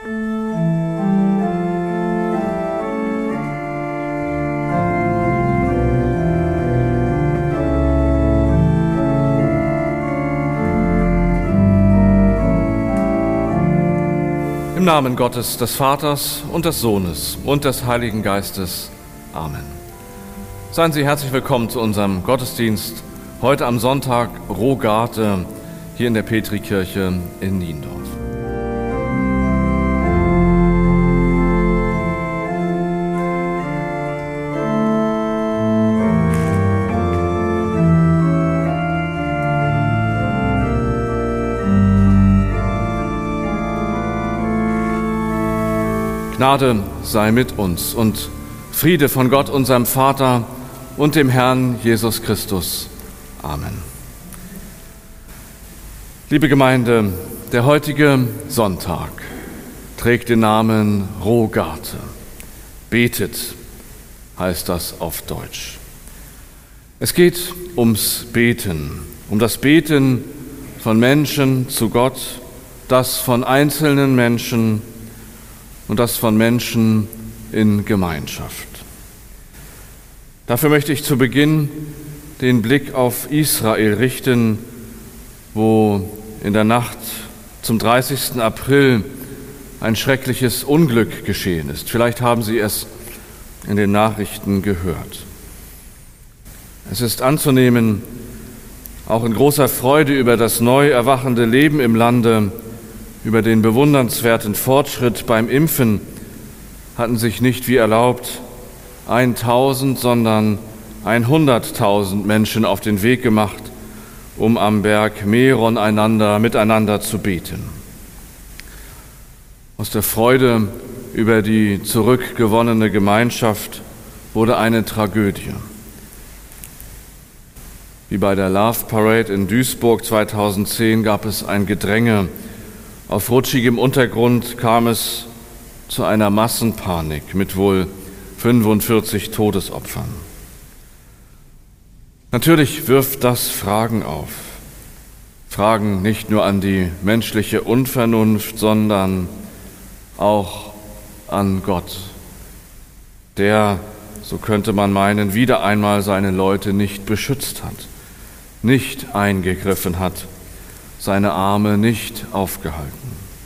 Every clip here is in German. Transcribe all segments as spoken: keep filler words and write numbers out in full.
Im Namen Gottes, des Vaters und des Sohnes und des Heiligen Geistes. Amen. Seien Sie herzlich willkommen zu unserem Gottesdienst heute am Sonntag Rogate hier in der Petrikirche in Niendorf. Gnade sei mit uns und Friede von Gott, unserem Vater und dem Herrn Jesus Christus. Amen. Liebe Gemeinde, der heutige Sonntag trägt den Namen Rogate. Betet heißt das auf Deutsch. Es geht ums Beten, um das Beten von Menschen zu Gott, das von einzelnen Menschen und das von Menschen in Gemeinschaft. Dafür möchte ich zu Beginn den Blick auf Israel richten, wo in der Nacht zum dreißigsten April ein schreckliches Unglück geschehen ist. Vielleicht haben Sie es in den Nachrichten gehört. Es ist anzunehmen, auch in großer Freude über das neu erwachende Leben im Lande, über den bewundernswerten Fortschritt beim Impfen, hatten sich nicht wie erlaubt tausend, sondern hunderttausend Menschen auf den Weg gemacht, um am Berg Meron einander, miteinander zu beten. Aus der Freude über die zurückgewonnene Gemeinschaft wurde eine Tragödie. Wie bei der Love Parade in Duisburg zweitausendzehn gab es ein Gedränge. Auf rutschigem Untergrund kam es zu einer Massenpanik mit wohl fünfundvierzig Todesopfern. Natürlich wirft das Fragen auf. Fragen nicht nur an die menschliche Unvernunft, sondern auch an Gott, der, so könnte man meinen, wieder einmal seine Leute nicht beschützt hat, nicht eingegriffen hat, seine Arme nicht aufgehalten.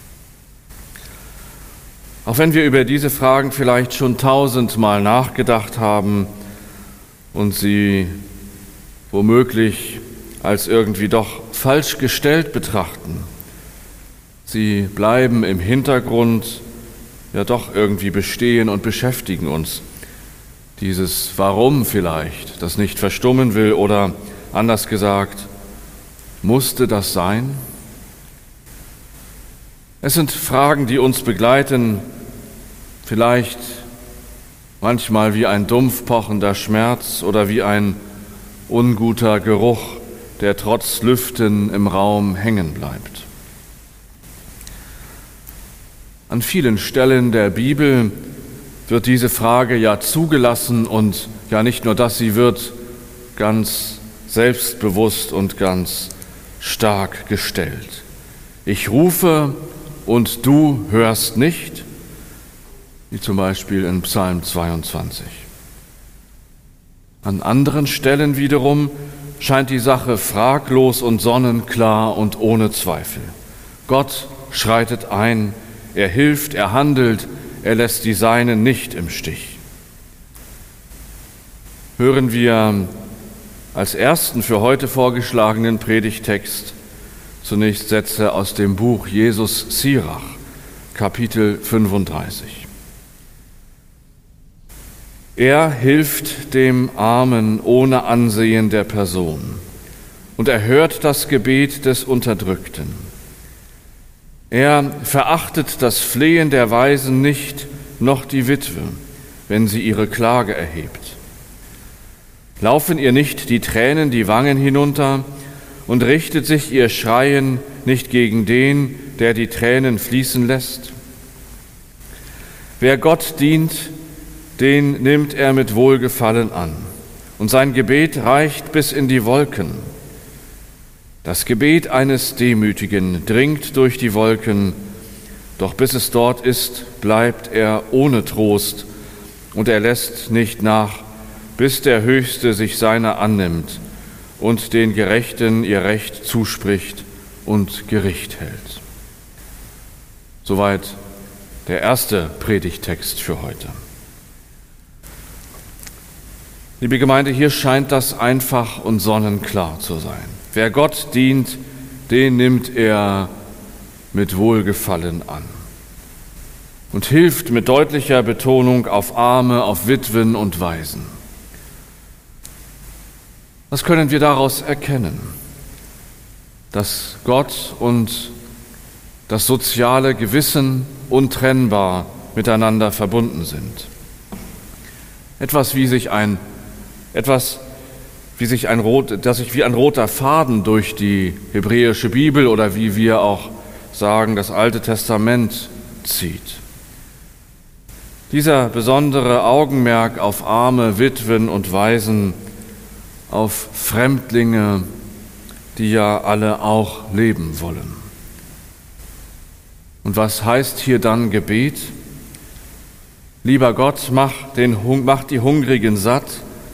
Auch wenn wir über diese Fragen vielleicht schon tausendmal nachgedacht haben und sie womöglich als irgendwie doch falsch gestellt betrachten, sie bleiben im Hintergrund ja doch irgendwie bestehen und beschäftigen uns. Dieses Warum vielleicht, das nicht verstummen will, oder anders gesagt, musste das sein? Es sind Fragen, die uns begleiten, vielleicht manchmal wie ein dumpf pochender Schmerz oder wie ein unguter Geruch, der trotz Lüften im Raum hängen bleibt. An vielen Stellen der Bibel wird diese Frage ja zugelassen und ja nicht nur das, sie wird ganz selbstbewusst und ganz stark gestellt. Ich rufe und du hörst nicht, wie zum Beispiel in Psalm zweiundzwanzig. An anderen Stellen wiederum scheint die Sache fraglos und sonnenklar und ohne Zweifel. Gott schreitet ein, er hilft, er handelt, er lässt die Seinen nicht im Stich. Hören wir als ersten für heute vorgeschlagenen Predigttext zunächst Sätze aus dem Buch Jesus Sirach, Kapitel fünfunddreißig. Er hilft dem Armen ohne Ansehen der Person und erhört das Gebet des Unterdrückten. Er verachtet das Flehen der Waisen nicht, noch die Witwe, wenn sie ihre Klage erhebt. Laufen ihr nicht die Tränen die Wangen hinunter und richtet sich ihr Schreien nicht gegen den, der die Tränen fließen lässt? Wer Gott dient, den nimmt er mit Wohlgefallen an, und sein Gebet reicht bis in die Wolken. Das Gebet eines Demütigen dringt durch die Wolken, Doch bis es dort ist, bleibt er ohne Trost, und er lässt nicht nach, bis der Höchste sich seiner annimmt und den Gerechten ihr Recht zuspricht und Gericht hält. Soweit der erste Predigttext für heute. Liebe Gemeinde, hier scheint das einfach und sonnenklar zu sein. Wer Gott dient, den nimmt er mit Wohlgefallen an und hilft mit deutlicher Betonung auf Arme, auf Witwen und Waisen. Was können wir daraus erkennen? Dass Gott und das soziale Gewissen untrennbar miteinander verbunden sind. Etwas wie sich ein, etwas wie sich ein rot, dass sich wie ein roter Faden durch die hebräische Bibel oder wie wir auch sagen, das Alte Testament zieht. Dieser besondere Augenmerk auf Arme, Witwen und Waisen, auf Fremdlinge, die ja alle auch leben wollen. Und was heißt hier dann Gebet? Lieber Gott, mach, den, mach die Hungrigen satt,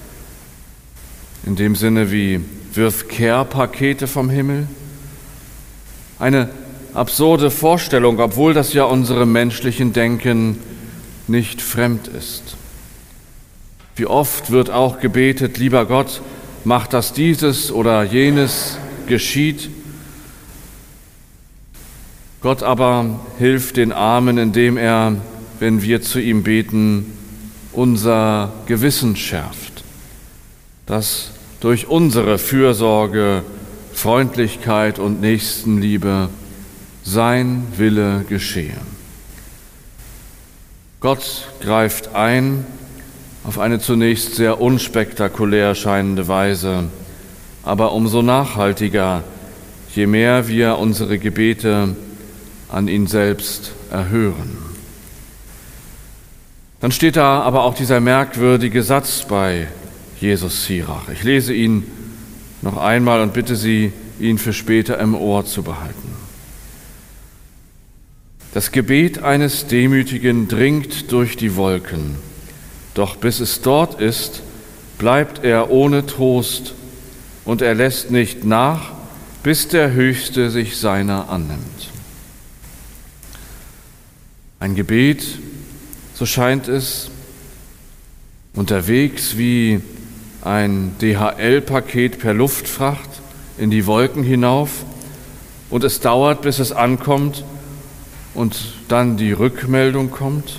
in dem Sinne wie wirf Care-Pakete vom Himmel. Eine absurde Vorstellung, obwohl das ja unserem menschlichen Denken nicht fremd ist. Wie oft wird auch gebetet, lieber Gott, mach, dass dieses oder jenes geschieht. Gott aber hilft den Armen, indem er, wenn wir zu ihm beten, unser Gewissen schärft, dass durch unsere Fürsorge, Freundlichkeit und Nächstenliebe sein Wille geschehe. Gott greift ein auf eine zunächst sehr unspektakulär scheinende Weise, aber umso nachhaltiger, je mehr wir unsere Gebete an ihn selbst erhören. Dann steht da aber auch dieser merkwürdige Satz bei Jesus Sirach. Ich lese ihn noch einmal und bitte Sie, ihn für später im Ohr zu behalten. Das Gebet eines Demütigen dringt durch die Wolken, doch bis es dort ist, bleibt er ohne Trost und er lässt nicht nach, bis der Höchste sich seiner annimmt. Ein Gebet, so scheint es, unterwegs wie ein D H L-Paket per Luftfracht in die Wolken hinauf, und es dauert, bis es ankommt und dann die Rückmeldung kommt.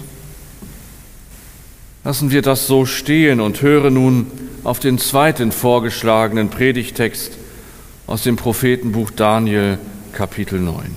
Lassen wir das so stehen und hören nun auf den zweiten vorgeschlagenen Predigttext aus dem Prophetenbuch Daniel, Kapitel neun.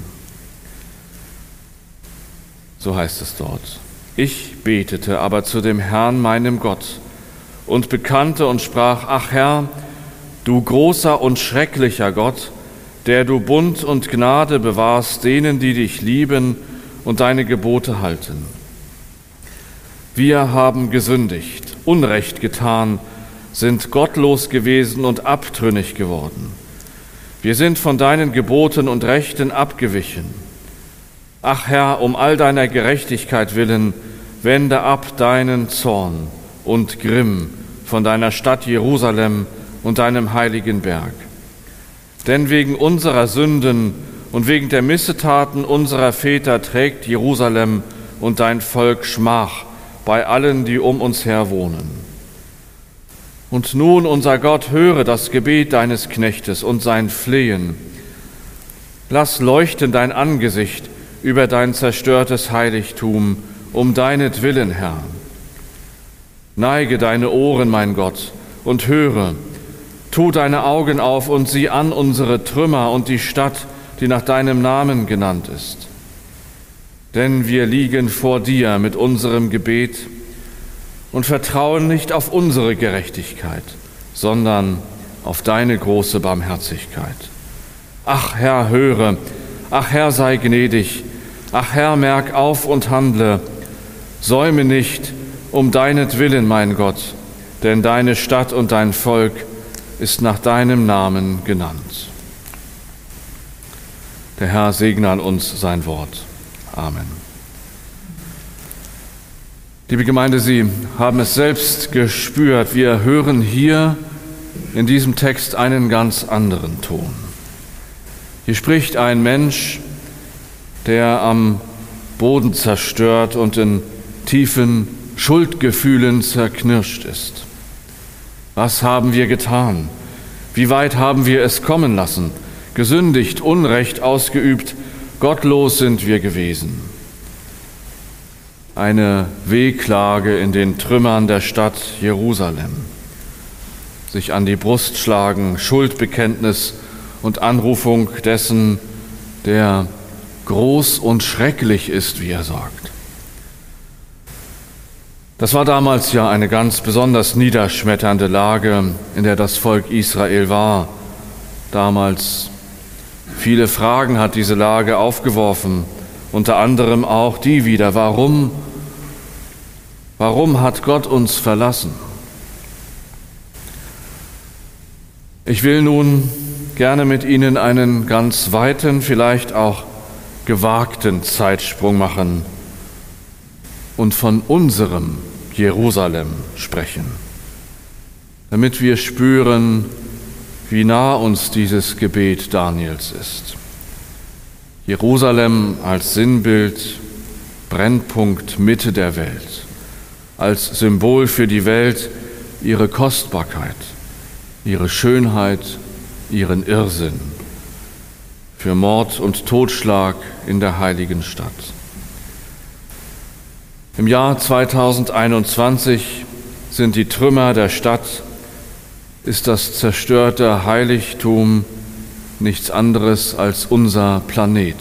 So heißt es dort: Ich betete aber zu dem Herrn, meinem Gott, und bekannte und sprach: Ach Herr, du großer und schrecklicher Gott, der du Bund und Gnade bewahrst denen, die dich lieben und deine Gebote halten. Wir haben gesündigt, Unrecht getan, sind gottlos gewesen und abtrünnig geworden. Wir sind von deinen Geboten und Rechten abgewichen. Ach Herr, um all deiner Gerechtigkeit willen, wende ab deinen Zorn und Grimm von deiner Stadt Jerusalem und deinem heiligen Berg. Denn wegen unserer Sünden und wegen der Missetaten unserer Väter trägt Jerusalem und dein Volk Schmach bei allen, die um uns her wohnen. Und nun, unser Gott, höre das Gebet deines Knechtes und sein Flehen. Lass leuchten dein Angesicht über dein zerstörtes Heiligtum, um deinetwillen, Herr. Neige deine Ohren, mein Gott, und höre. Tu deine Augen auf und sieh an unsere Trümmer und die Stadt, die nach deinem Namen genannt ist. Denn wir liegen vor dir mit unserem Gebet und vertrauen nicht auf unsere Gerechtigkeit, sondern auf deine große Barmherzigkeit. Ach Herr, höre, ach Herr, sei gnädig, ach Herr, merk auf und handle, säume nicht um deinetwillen, mein Gott, denn deine Stadt und dein Volk ist nach deinem Namen genannt. Der Herr segne an uns sein Wort. Amen. Liebe Gemeinde, Sie haben es selbst gespürt. Wir hören hier in diesem Text einen ganz anderen Ton. Hier spricht ein Mensch, der am Boden zerstört und in tiefen Schuldgefühlen zerknirscht ist. Was haben wir getan? Wie weit haben wir es kommen lassen? Gesündigt, Unrecht ausgeübt, gottlos sind wir gewesen. Eine Wehklage in den Trümmern der Stadt Jerusalem. Sich an die Brust schlagen, Schuldbekenntnis und Anrufung dessen, der groß und schrecklich ist, wie er sagt. Das war damals ja eine ganz besonders niederschmetternde Lage, in der das Volk Israel war. Damals viele Fragen hat diese Lage aufgeworfen, unter anderem auch die wieder, warum, warum hat Gott uns verlassen? Ich will nun gerne mit Ihnen einen ganz weiten, vielleicht auch gewagten Zeitsprung machen und von unserem Jerusalem sprechen, damit wir spüren, wie nah uns dieses Gebet Daniels ist. Jerusalem als Sinnbild, Brennpunkt, Mitte der Welt, als Symbol für die Welt, ihre Kostbarkeit, ihre Schönheit, ihren Irrsinn, für Mord und Totschlag in der heiligen Stadt. Im Jahr zweitausendeinundzwanzig sind die Trümmer der Stadt, ist das zerstörte Heiligtum nichts anderes als unser Planet.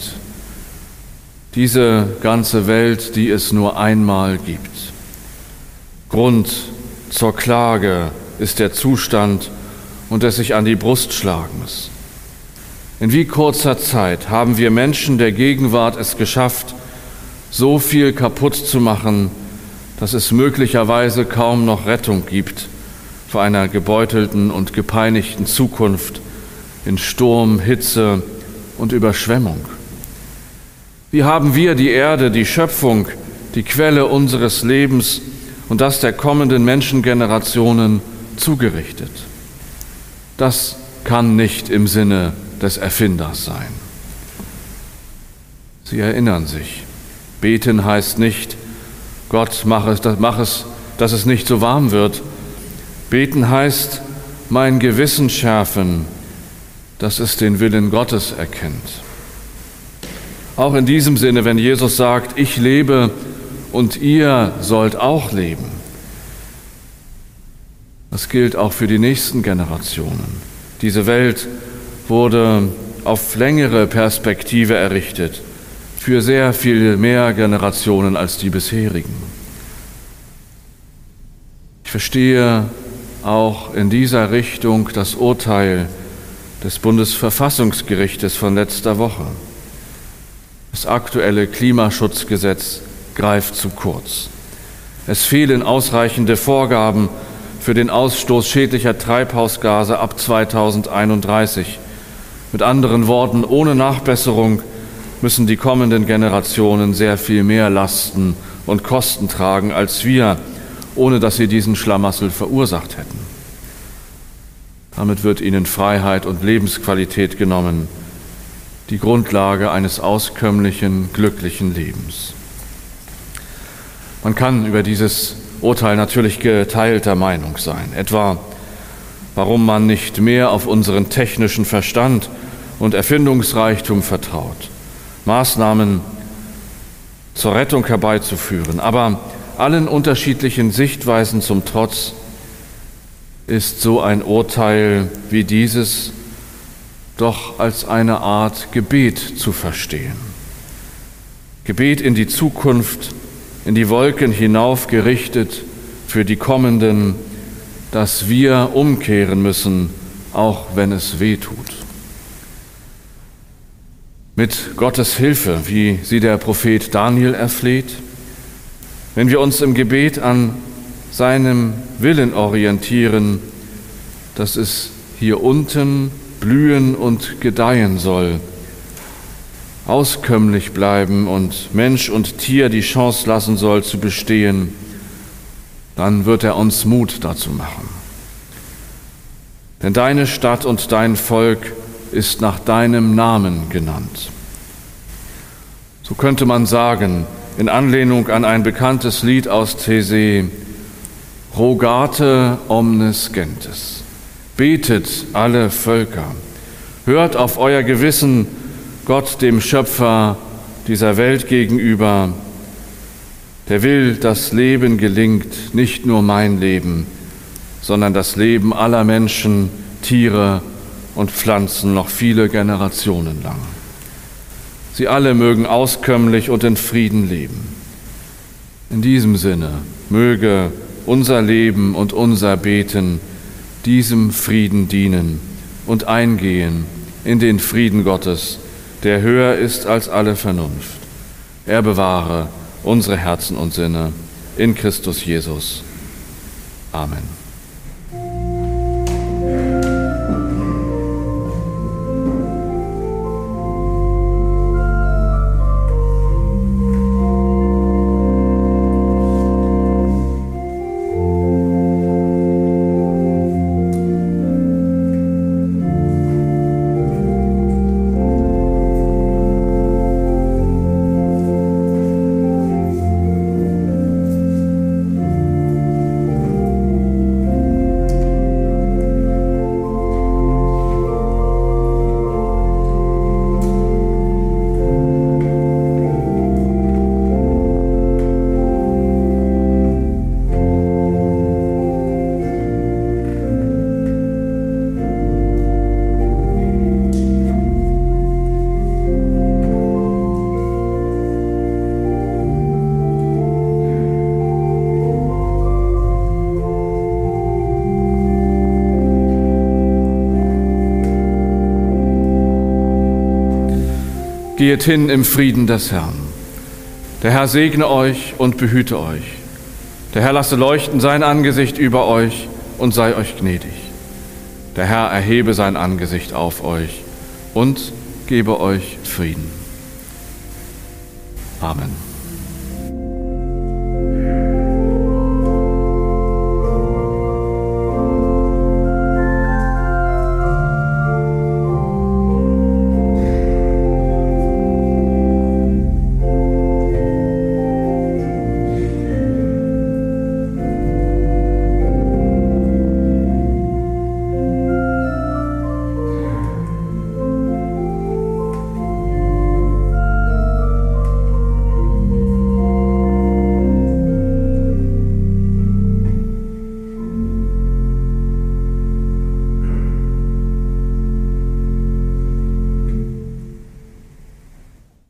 Diese ganze Welt, die es nur einmal gibt. Grund zur Klage ist der Zustand und des sich an die Brust schlagens. In wie kurzer Zeit haben wir Menschen der Gegenwart es geschafft, so viel kaputt zu machen, dass es möglicherweise kaum noch Rettung gibt vor einer gebeutelten und gepeinigten Zukunft in Sturm, Hitze und Überschwemmung. Wie haben wir die Erde, die Schöpfung, die Quelle unseres Lebens und das der kommenden Menschengenerationen zugerichtet? Das kann nicht im Sinne des Erfinders sein. Sie erinnern sich, beten heißt nicht, Gott, mach es, mach es, dass es nicht so warm wird. Beten heißt, mein Gewissen schärfen, dass es den Willen Gottes erkennt. Auch in diesem Sinne, wenn Jesus sagt, ich lebe und ihr sollt auch leben. Das gilt auch für die nächsten Generationen. Diese Welt wurde auf längere Perspektive errichtet, für sehr viel mehr Generationen als die bisherigen. Ich verstehe auch in dieser Richtung das Urteil des Bundesverfassungsgerichtes von letzter Woche. Das aktuelle Klimaschutzgesetz greift zu kurz. Es fehlen ausreichende Vorgaben für den Ausstoß schädlicher Treibhausgase ab zweitausendeinunddreißig. Mit anderen Worten, ohne Nachbesserung müssen die kommenden Generationen sehr viel mehr Lasten und Kosten tragen als wir, ohne dass sie diesen Schlamassel verursacht hätten. Damit wird ihnen Freiheit und Lebensqualität genommen, die Grundlage eines auskömmlichen, glücklichen Lebens. Man kann über dieses Urteil natürlich geteilter Meinung sein, etwa warum man nicht mehr auf unseren technischen Verstand und Erfindungsreichtum vertraut, Maßnahmen zur Rettung herbeizuführen. Aber allen unterschiedlichen Sichtweisen zum Trotz ist so ein Urteil wie dieses doch als eine Art Gebet zu verstehen. Gebet in die Zukunft, in die Wolken hinauf gerichtet für die Kommenden, dass wir umkehren müssen, auch wenn es weh tut. Mit Gottes Hilfe, wie sie der Prophet Daniel erfleht, wenn wir uns im Gebet an seinem Willen orientieren, dass es hier unten blühen und gedeihen soll, auskömmlich bleiben und Mensch und Tier die Chance lassen soll zu bestehen, dann wird er uns Mut dazu machen. Denn deine Stadt und dein Volk ist nach deinem Namen genannt. So könnte man sagen, in Anlehnung an ein bekanntes Lied aus Taizé, Rogate omnes gentes, betet alle Völker, hört auf euer Gewissen, Gott dem Schöpfer dieser Welt gegenüber, der will, dass Leben gelingt, nicht nur mein Leben, sondern das Leben aller Menschen, Tiere und Pflanzen noch viele Generationen lang. Sie alle mögen auskömmlich und in Frieden leben. In diesem Sinne möge unser Leben und unser Beten diesem Frieden dienen und eingehen in den Frieden Gottes, der höher ist als alle Vernunft. Er bewahre unsere Herzen und Sinne in Christus Jesus. Amen. Geht hin im Frieden des Herrn. Der Herr segne euch und behüte euch. Der Herr lasse leuchten sein Angesicht über euch und sei euch gnädig. Der Herr erhebe sein Angesicht auf euch und gebe euch Frieden. Amen.